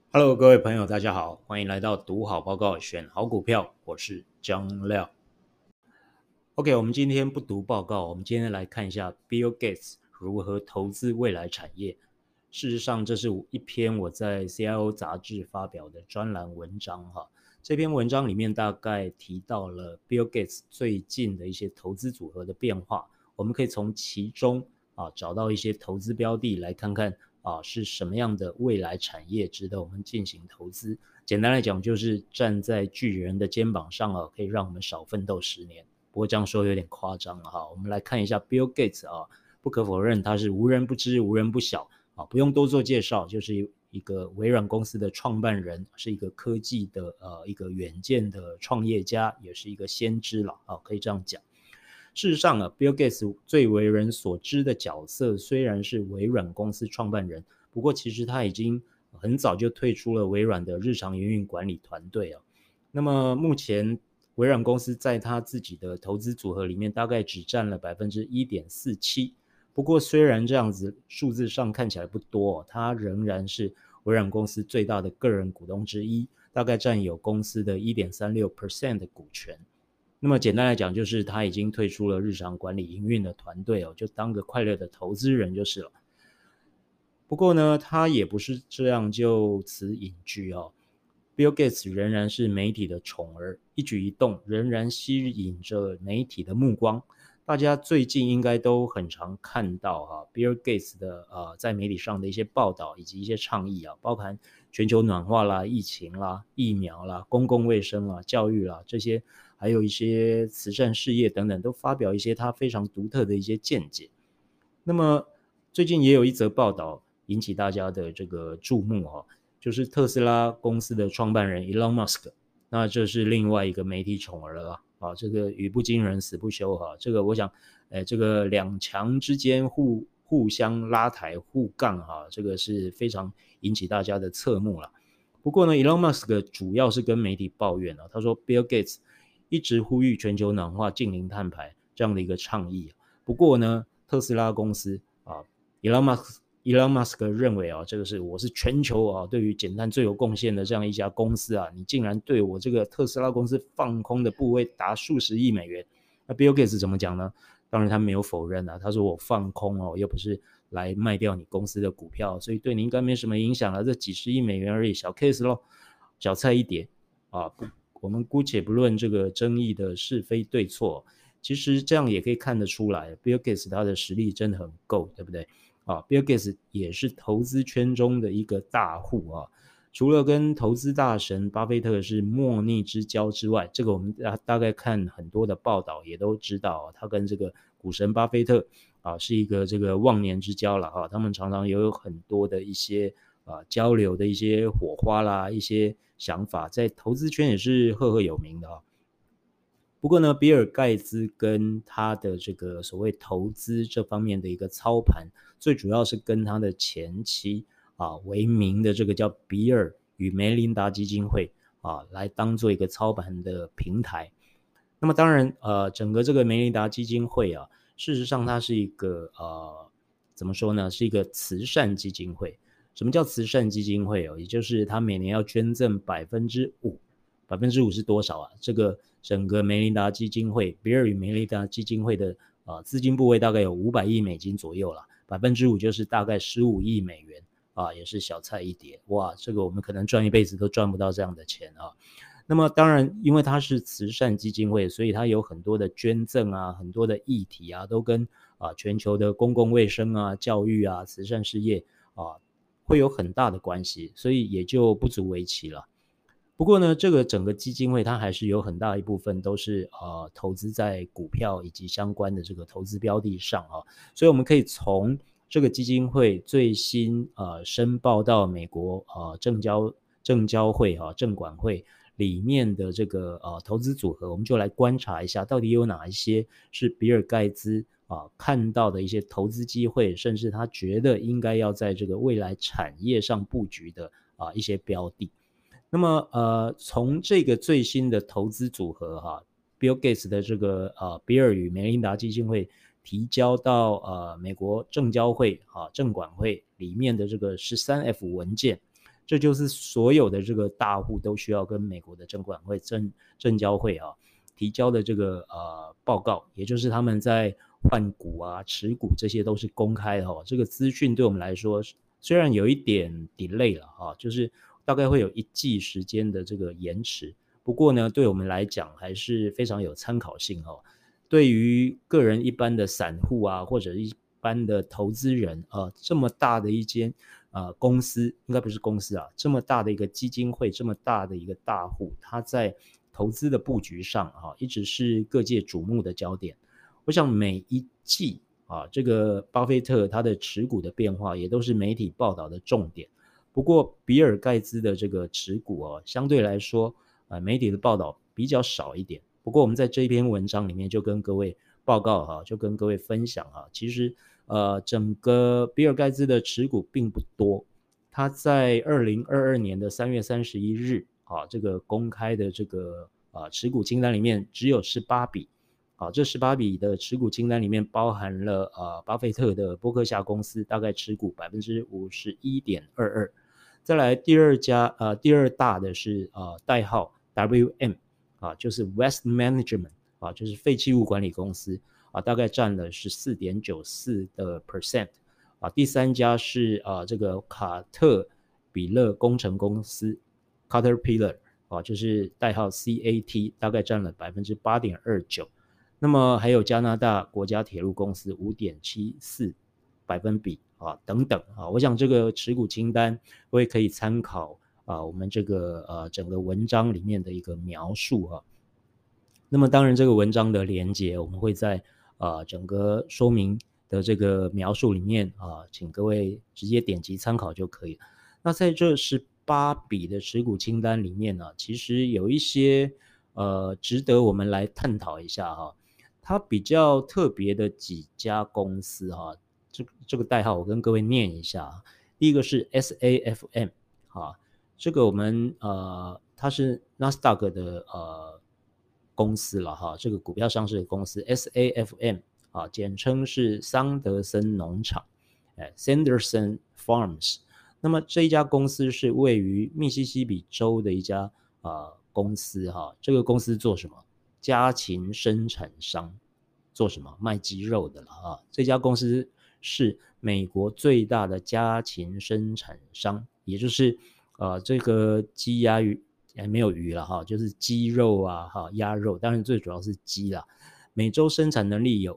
Hello，各位朋友，大家好，欢迎来到读好报告，选好股票，我是张亮。OK，我们今天不读报告，我们今天来看一下 Bill Gates 如何投资未来产业。事实上，这是一篇我在 CIO 杂志发表的专栏文章哈。这篇文章里面大概提到了 Bill Gates 最近的一些投资组合的变化，我们可以从其中找到一些投资标的，来看看是什么样的未来产业值得我们进行投资。简单来讲，就是站在巨人的肩膀上可以让我们少奋斗10年。不过这样说有点夸张了哈。我们来看一下 Bill Gates 不可否认他是无人不知、无人不晓不用多做介绍，就是一个微软公司的创办人，是一个科技的一个远见的创业家，也是一个先知了可以这样讲。事实上Bill Gates 最为人所知的角色虽然是微软公司创办人，不过其实他已经很早就退出了微软的日常营运管理团队那么目前微软公司在他自己的投资组合里面大概只占了 1.47%， 不过虽然这样子数字上看起来不多他仍然是微软公司最大的个人股东之一，大概占有公司的 1.36% 的股权。那么简单来讲，就是他已经退出了日常管理营运的团队就当个快乐的投资人就是了。不过呢，他也不是这样就此隐居Bill Gates 仍然是媒体的宠儿，一举一动仍然吸引着媒体的目光。大家最近应该都很常看到Bill Gates 的在媒体上的一些报道以及一些倡议包含全球暖化啦、疫情啦、疫苗啦、公共卫生啦、教育啦这些，还有一些慈善事业等等，都发表一些他非常独特的一些见解。那么最近也有一则报道引起大家的这个注目就是特斯拉公司的创办人 Elon Musk， 那这是另外一个媒体宠儿了这个语不惊人死不休这个我想这个两强之间互相拉抬互杠这个是非常引起大家的侧目了。不过呢 Elon Musk 主要是跟媒体抱怨他说 Bill Gates 一直呼吁全球暖化近零碳排这样的一个倡议不过呢特斯拉公司Elon Musk 认为这个是我是全球对于减碳最有贡献的这样一家公司你竟然对我这个特斯拉公司放空的部位达数十亿美元。那 Bill Gates 怎么讲呢？当然他没有否认他说我放空又不是来卖掉你公司的股票，所以对你应该没什么影响这几十亿美元而已，小 case 咯，小菜一碟我们姑且不论这个争议的是非对错，其实这样也可以看得出来 Bill Gates 他的实力真的很够，对不对Bill Gates 也是投资圈中的一个大户除了跟投资大神巴菲特是莫逆之交之外，这个我们大概看很多的报道也都知道他跟这个股神巴菲特是一个这个忘年之交了他们常常也有很多的一些交流的一些火花啦，一些想法，在投资圈也是赫赫有名的不过呢，比尔盖茨跟他的这个所谓投资这方面的一个操盘，最主要是跟他的前妻为名的这个叫比尔与梅琳达基金会来当做一个操盘的平台。那么当然整个这个梅琳达基金会事实上它是一个怎么说呢，是一个慈善基金会。什么叫慈善基金会也就是它每年要捐赠5%，5%是多少这个整个梅琳达基金会，比尔与梅琳达基金会的资金部位大概有500亿美金左右啦，5%就是大概15亿美元也是小菜一碟。哇，这个我们可能赚一辈子都赚不到这样的钱那么当然因为它是慈善基金会，所以它有很多的捐赠很多的议题都跟全球的公共卫生教育慈善事业会有很大的关系，所以也就不足为奇了。不过呢，这个整个基金会它还是有很大一部分都是投资在股票以及相关的这个投资标的上所以我们可以从这个基金会最新申报到美国证交会证管会里面的这个投资组合，我们就来观察一下到底有哪一些是比尔盖茨看到的一些投资机会，甚至他觉得应该要在这个未来产业上布局的一些标的。那么从这个最新的投资组合Bill Gates 的这个比尔与梅琳达基金会提交到美国证交会证管会里面的这个 13F 文件， 这就是所有的这个大户都需要跟美国的证管会证交会提交的这个报告，也就是他们在换股持股这些都是公开的这个资讯对我们来说虽然有一点 delay 了就是大概会有1季时间的这个延迟，不过呢对我们来讲还是非常有参考性对于个人一般的散户或者一般的投资人这么大的一间公司，应该不是公司这么大的一个基金会，这么大的一个大户，他在投资的布局上一直是各界瞩目的焦点。我想每一季这个巴菲特他的持股的变化也都是媒体报道的重点。不过比尔盖茨的这个持股相对来说媒体的报道比较少一点。不过我们在这一篇文章里面就跟各位报告就跟各位分享其实整个比尔盖茨的持股并不多，他在2022年的3月31日这个公开的这个持股清单里面只有18笔这18笔的持股清单里面包含了巴菲特的波克夏公司大概持股 51.22%， 再来第二大的是代号 WM就是 Waste Management就是废弃物管理公司大概占了 14.94%第三家是这个卡特彼勒工程公司 Caterpillar就是代号 CAT 大概占了 8.29%，那么还有加拿大国家铁路公司 5.74%等等我想这个持股清单我也可以参考我们这个整个文章里面的一个描述那么当然这个文章的连结我们会在整个说明的这个描述里面请各位直接点击参考就可以。那在这18笔的持股清单里面其实有一些值得我们来探讨一下它比较特别的几家公司这个代号我跟各位念一下第一个是 SAFM 这个我们它是纳斯达克的公司了这个股票上市的公司 SAFM简称是桑德森农场Sanderson Farms。 那么这一家公司是位于密西西比州的一家公司这个公司做什么？家禽生产商。做什么？卖鸡肉的了这家公司是美国最大的家禽生产商，也就是这个鸡鸭鱼没有鱼了就是鸡肉鸭肉，当然最主要是鸡啦。每周生产能力有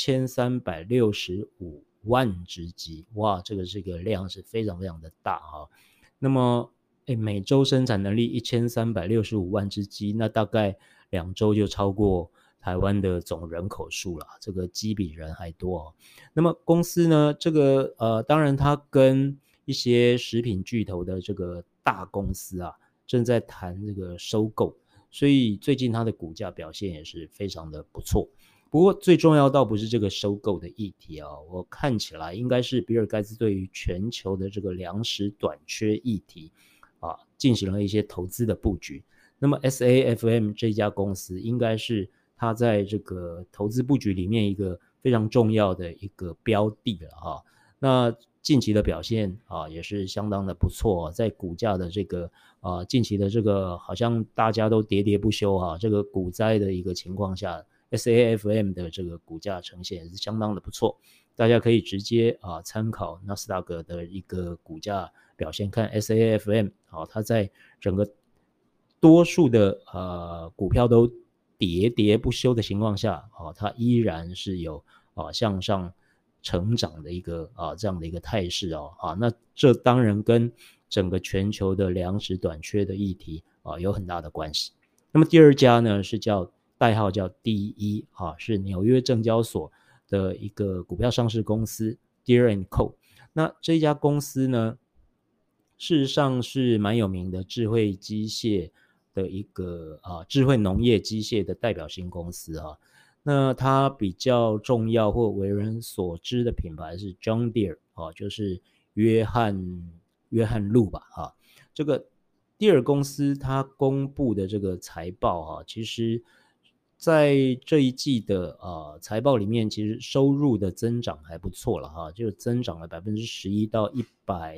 1365万只鸡，哇，这个量是非常非常的大那么每周生产能力1365万只鸡，那大概2周就超过台湾的总人口数了，这个鸡比人还多那么公司呢，这个当然它跟一些食品巨头的这个大公司正在谈这个收购，所以最近它的股价表现也是非常的不错。不过最重要倒不是这个收购的议题我看起来应该是比尔盖茨对于全球的这个粮食短缺议题进行了一些投资的布局。那么 SAFM 这家公司应该是他在这个投资布局里面一个非常重要的一个标的了那近期的表现也是相当的不错在股价的这个近期的这个好像大家都喋喋不休这个股灾的一个情况下，SAFM 的这个股价呈现也是相当的不错，大家可以直接参考纳斯达克的一个股价表现，看 SAFM 它在整个多数的股票都喋喋不休的情况下它依然是有向上成长的一个这样的一个态势那这当然跟整个全球的粮食短缺的议题有很大的关系。那么第二家呢是代号叫 D1 是纽约证交所的一个股票上市公司 Deere & Co。 那这家公司呢事实上是蛮有名的智慧机械的一个智慧农业机械的代表性公司那它比较重要或为人所知的品牌是 John Deere 就是约翰路吧这个第二公司它公布的这个财报其实在这一季的财报里面，其实收入的增长还不错了就增长了11%到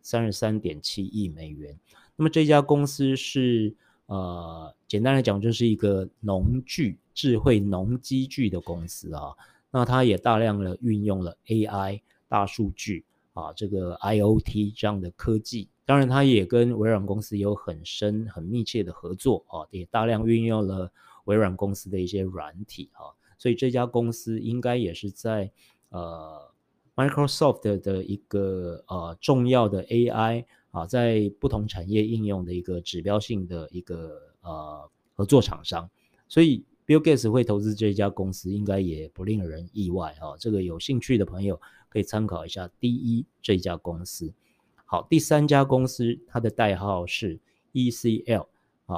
33.7亿美元。那么这家公司是简单来讲就是一个智慧农机具的公司啊。那它也大量的运用了 AI 大数据这个 IoT 这样的科技。当然它也跟微软公司有很深很密切的合作也大量运用了微软公司的一些软体所以这家公司应该也是在Microsoft 的一个重要的 AI在不同产业应用的一个指标性的一个合作厂商。所以 Bill Gates 会投资这家公司应该也不令人意外这个有兴趣的朋友可以参考一下第一这家公司。好，第三家公司它的代号是 ECL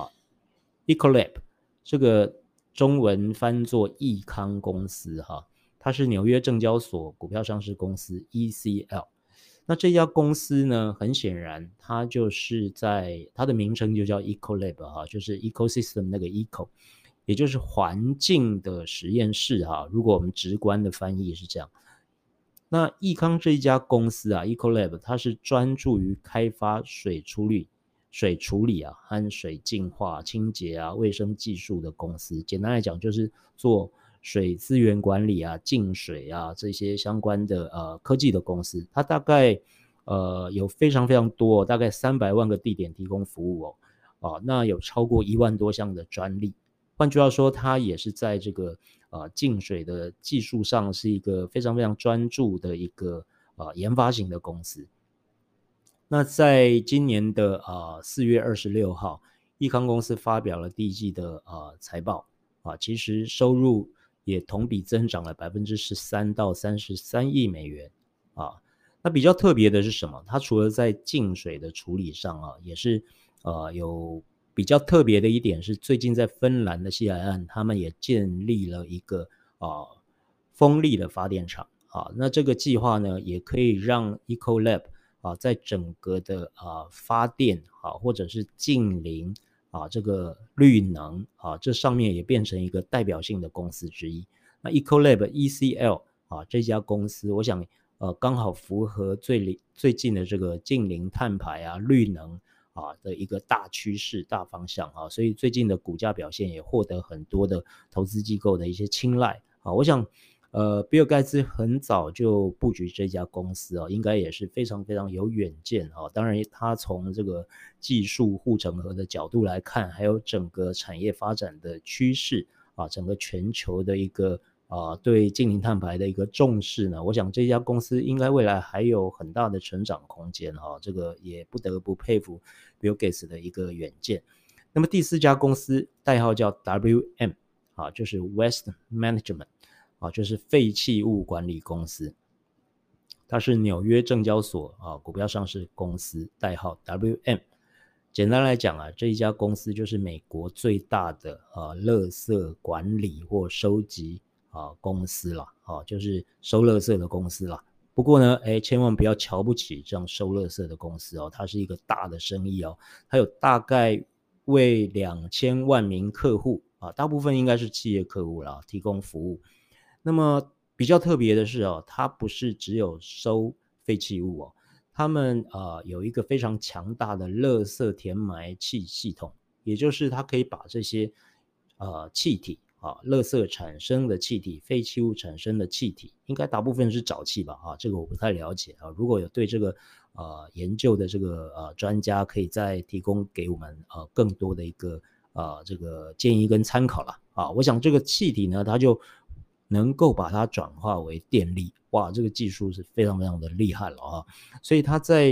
Ecolab， 这个中文翻作益康公司它是纽约证交所股票上市公司 ECL。 那这家公司呢，很显然它就是它的名称就叫 Ecolab 就是 ecosystem 那个 eco， 也就是环境的实验室如果我们直观的翻译是这样。那益康这一家公司Ecolab 它是专注于开发水处理和水净化、清洁卫生技术的公司。简单来讲就是做水资源管理净水这些相关的科技的公司。它大概有非常非常多，大概300万个地点提供服务那有超过1万多项的专利。换句话说，它也是在这个净水的技术上是一个非常非常专注的一个研发型的公司。那在今年的4月26号，益康公司发表了第一季的财报其实收入也同比增长了 13% 到33亿美元那比较特别的是什么？它除了在净水的处理上也是有比较特别的一点是，最近在芬兰的西海岸，他们也建立了一个风力的发电厂那这个计划呢，也可以让 Ecolab在整个的发电或者是净零这个绿能这上面也变成一个代表性的公司之一。那 Ecolab ECL这家公司，我想刚好符合最近的这个净零碳排绿能的一个大趋势大方向所以最近的股价表现也获得很多的投资机构的一些青睐我想比尔盖茨很早就布局这家公司应该也是非常非常有远见当然他从这个技术护城河的角度来看，还有整个产业发展的趋势整个全球的一个对净零碳排的一个重视呢，我想这家公司应该未来还有很大的成长空间这个也不得不佩服 Bill Gates 的一个远见。那么第四家公司代号叫 WM 就是 Waste Management就是废弃物管理公司。它是纽约证交所股票上市公司，代号 WM。 简单来讲这一家公司就是美国最大的垃圾管理或收集公司啦就是收垃圾的公司啦。不过呢千万不要瞧不起这样收垃圾的公司它是一个大的生意它有大概为2000万名客户大部分应该是企业客户啦提供服务。那么比较特别的是它不是只有收废弃物他们有一个非常强大的垃圾填埋器系统，也就是它可以把这些气体垃圾产生的气体、废弃物产生的气体，应该大部分是沼气吧这个我不太了解如果有对这个研究的这个专家，可以再提供给我们更多的一个这个建议跟参考啦我想这个气体呢，它就能够把它转化为电力。哇，这个技术是非常非常的厉害了所以它在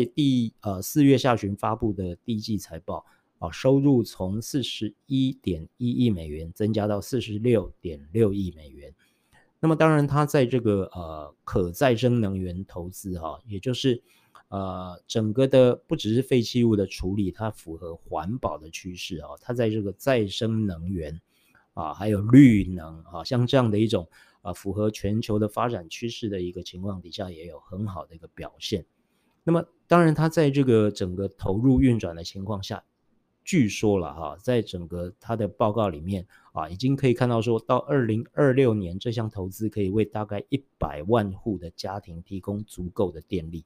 4月下旬发布的第一季财报收入从 41.1 亿美元增加到 46.6 亿美元。那么当然它在这个可再生能源投资也就是整个的不只是废弃物的处理，它符合环保的趋势它在这个再生能源还有绿能像这样的一种符合全球的发展趋势的一个情况底下，也有很好的一个表现。那么当然它在这个整个投入运转的情况下，据说了在整个它的报告里面已经可以看到说到2026年这项投资可以为大概100万户的家庭提供足够的电力，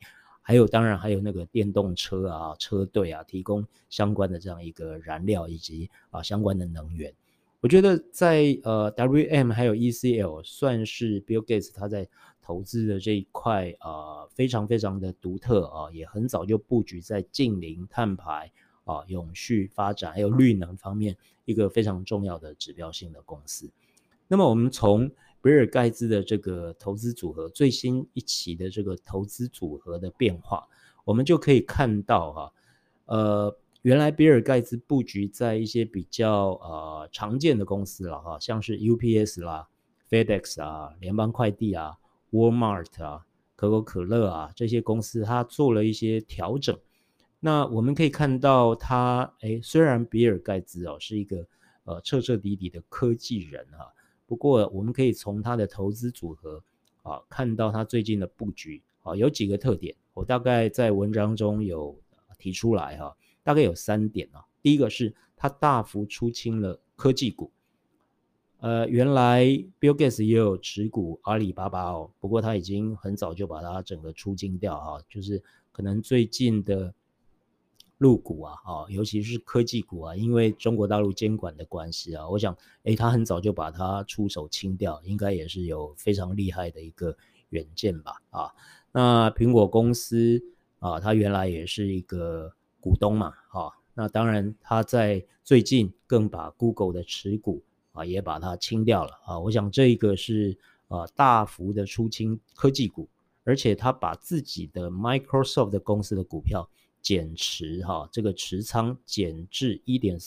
当然还有那个电动车啊、车队啊，提供相关的这样一个燃料以及相关的能源。我觉得在WM 还有 ECL 算是 Bill Gates 他在投资的这一块非常非常的独特也很早就布局在净零碳排永续发展还有绿能方面一个非常重要的指标性的公司。那么我们从比尔盖茨的这个投资组合最新一期的这个投资组合的变化，我们就可以看到原来比尔盖茨布局在一些比较常见的公司了像是 UPS 啦、FedEx 啊、联邦快递啊、Walmart 啊、可口可乐啊这些公司，他做了一些调整。那我们可以看到他，虽然比尔盖茨是一个彻彻底底的科技人不过我们可以从他的投资组合看到他最近的布局有几个特点，我大概在文章中有提出来大概有3点第一个是他大幅出清了科技股。原来 Bill Gates 也有持股阿里巴巴不过他已经很早就把它整个出清掉就是可能最近的入股尤其是科技股因为中国大陆监管的关系我想他很早就把它出手清掉，应该也是有非常厉害的一个远见吧那苹果公司他原来也是一个股东嘛那当然他在最近更把 Google 的持股也把它清掉了我想这一个是大幅的出清科技股，而且他把自己的 Microsoft 的公司的股票减持这个持仓减至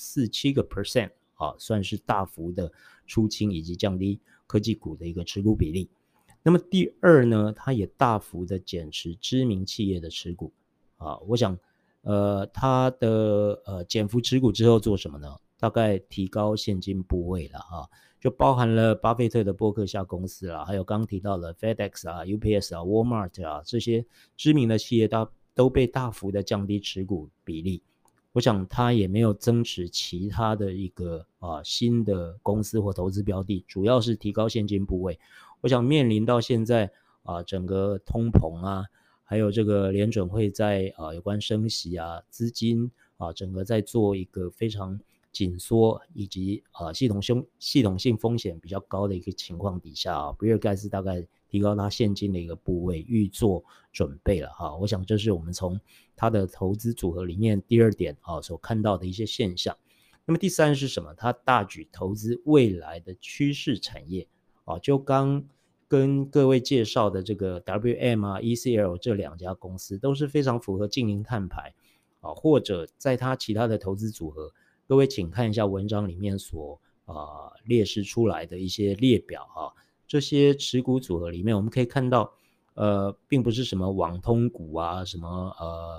1.47% 算是大幅的出清以及降低科技股的一个持股比例。那么第二呢，他也大幅的减持知名企业的持股我想他的减幅持股之后做什么呢？大概提高现金部位了就包含了巴菲特的波克夏公司还有刚提到的 FedEx UPS Walmart 这些知名的企业都被大幅的降低持股比例。我想他也没有增持其他的一个新的公司或投资标的，主要是提高现金部位。我想面临到现在整个通膨还有这个联准会在有关升息资金整个在做一个非常紧缩以及系统性风险比较高的一个情况底下比尔盖茨大概提高他现金的一个部位，预做准备了我想这是我们从他的投资组合里面第二点所看到的一些现象。那么第三是什么？他大举投资未来的趋势产业就刚跟各位介绍的这个 WM ECL 这2家公司都是非常符合净零碳排或者在他其他的投资组合，各位请看一下文章里面所列示出来的一些列表这些持股组合里面我们可以看到并不是什么网通股什么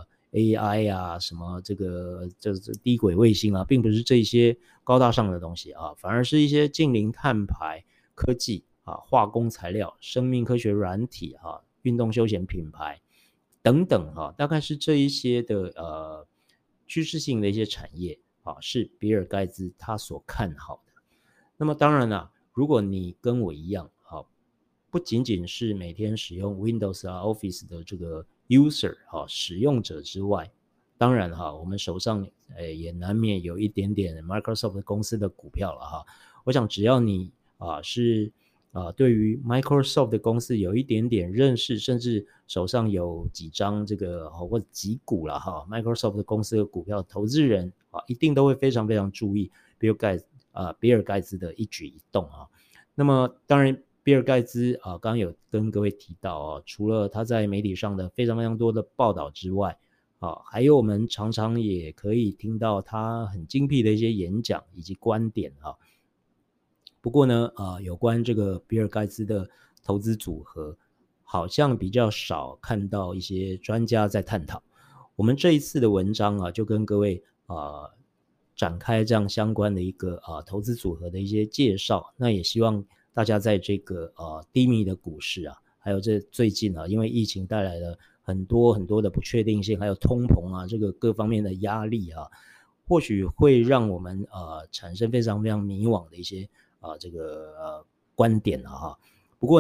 AI 什么这个低轨卫星并不是这些高大上的东西反而是一些净零碳排科技化工材料、生命科学软体运动休闲品牌等等大概是这一些的趋势性的一些产业是比尔盖茨他所看好的。那么当然如果你跟我一样不仅仅是每天使用 Windows Office 的这个 user 使用者之外，当然我们手上也难免有一点点 Microsoft 公司的股票了我想只要你是对于 Microsoft 的公司有一点点认识，甚至手上有几张这个或者几股了Microsoft 的公司的股票投资人一定都会非常非常注意比尔盖茨的一举一动那么当然比尔盖茨刚刚有跟各位提到除了他在媒体上的非常非常多的报道之外还有我们常常也可以听到他很精辟的一些演讲以及观点不过呢有关这个比尔盖茨的投资组合好像比较少看到一些专家在探讨。我们这一次的文章就跟各位展开这样相关的一个投资组合的一些介绍，那也希望大家在这个低迷的股市还有这最近因为疫情带来了很多很多的不确定性，还有通膨这个各方面的压力或许会让我们产生非常非常迷惘的一些这个观点不过呢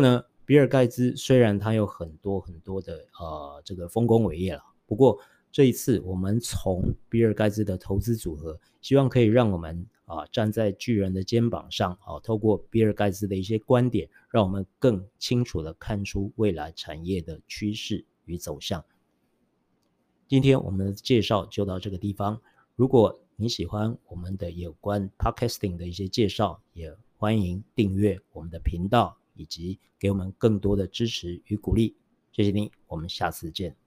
比尔盖茨虽然他有很多很多的这个丰功伟业了，不过这一次我们从比尔盖茨的投资组合，希望可以让我们站在巨人的肩膀上透过比尔盖茨的一些观点，让我们更清楚的看出未来产业的趋势与走向。今天我们的介绍就到这个地方，如果你喜欢我们的有关 Podcasting 的一些介绍，也欢迎订阅我们的频道，以及给我们更多的支持与鼓励。谢谢你，我们下次见。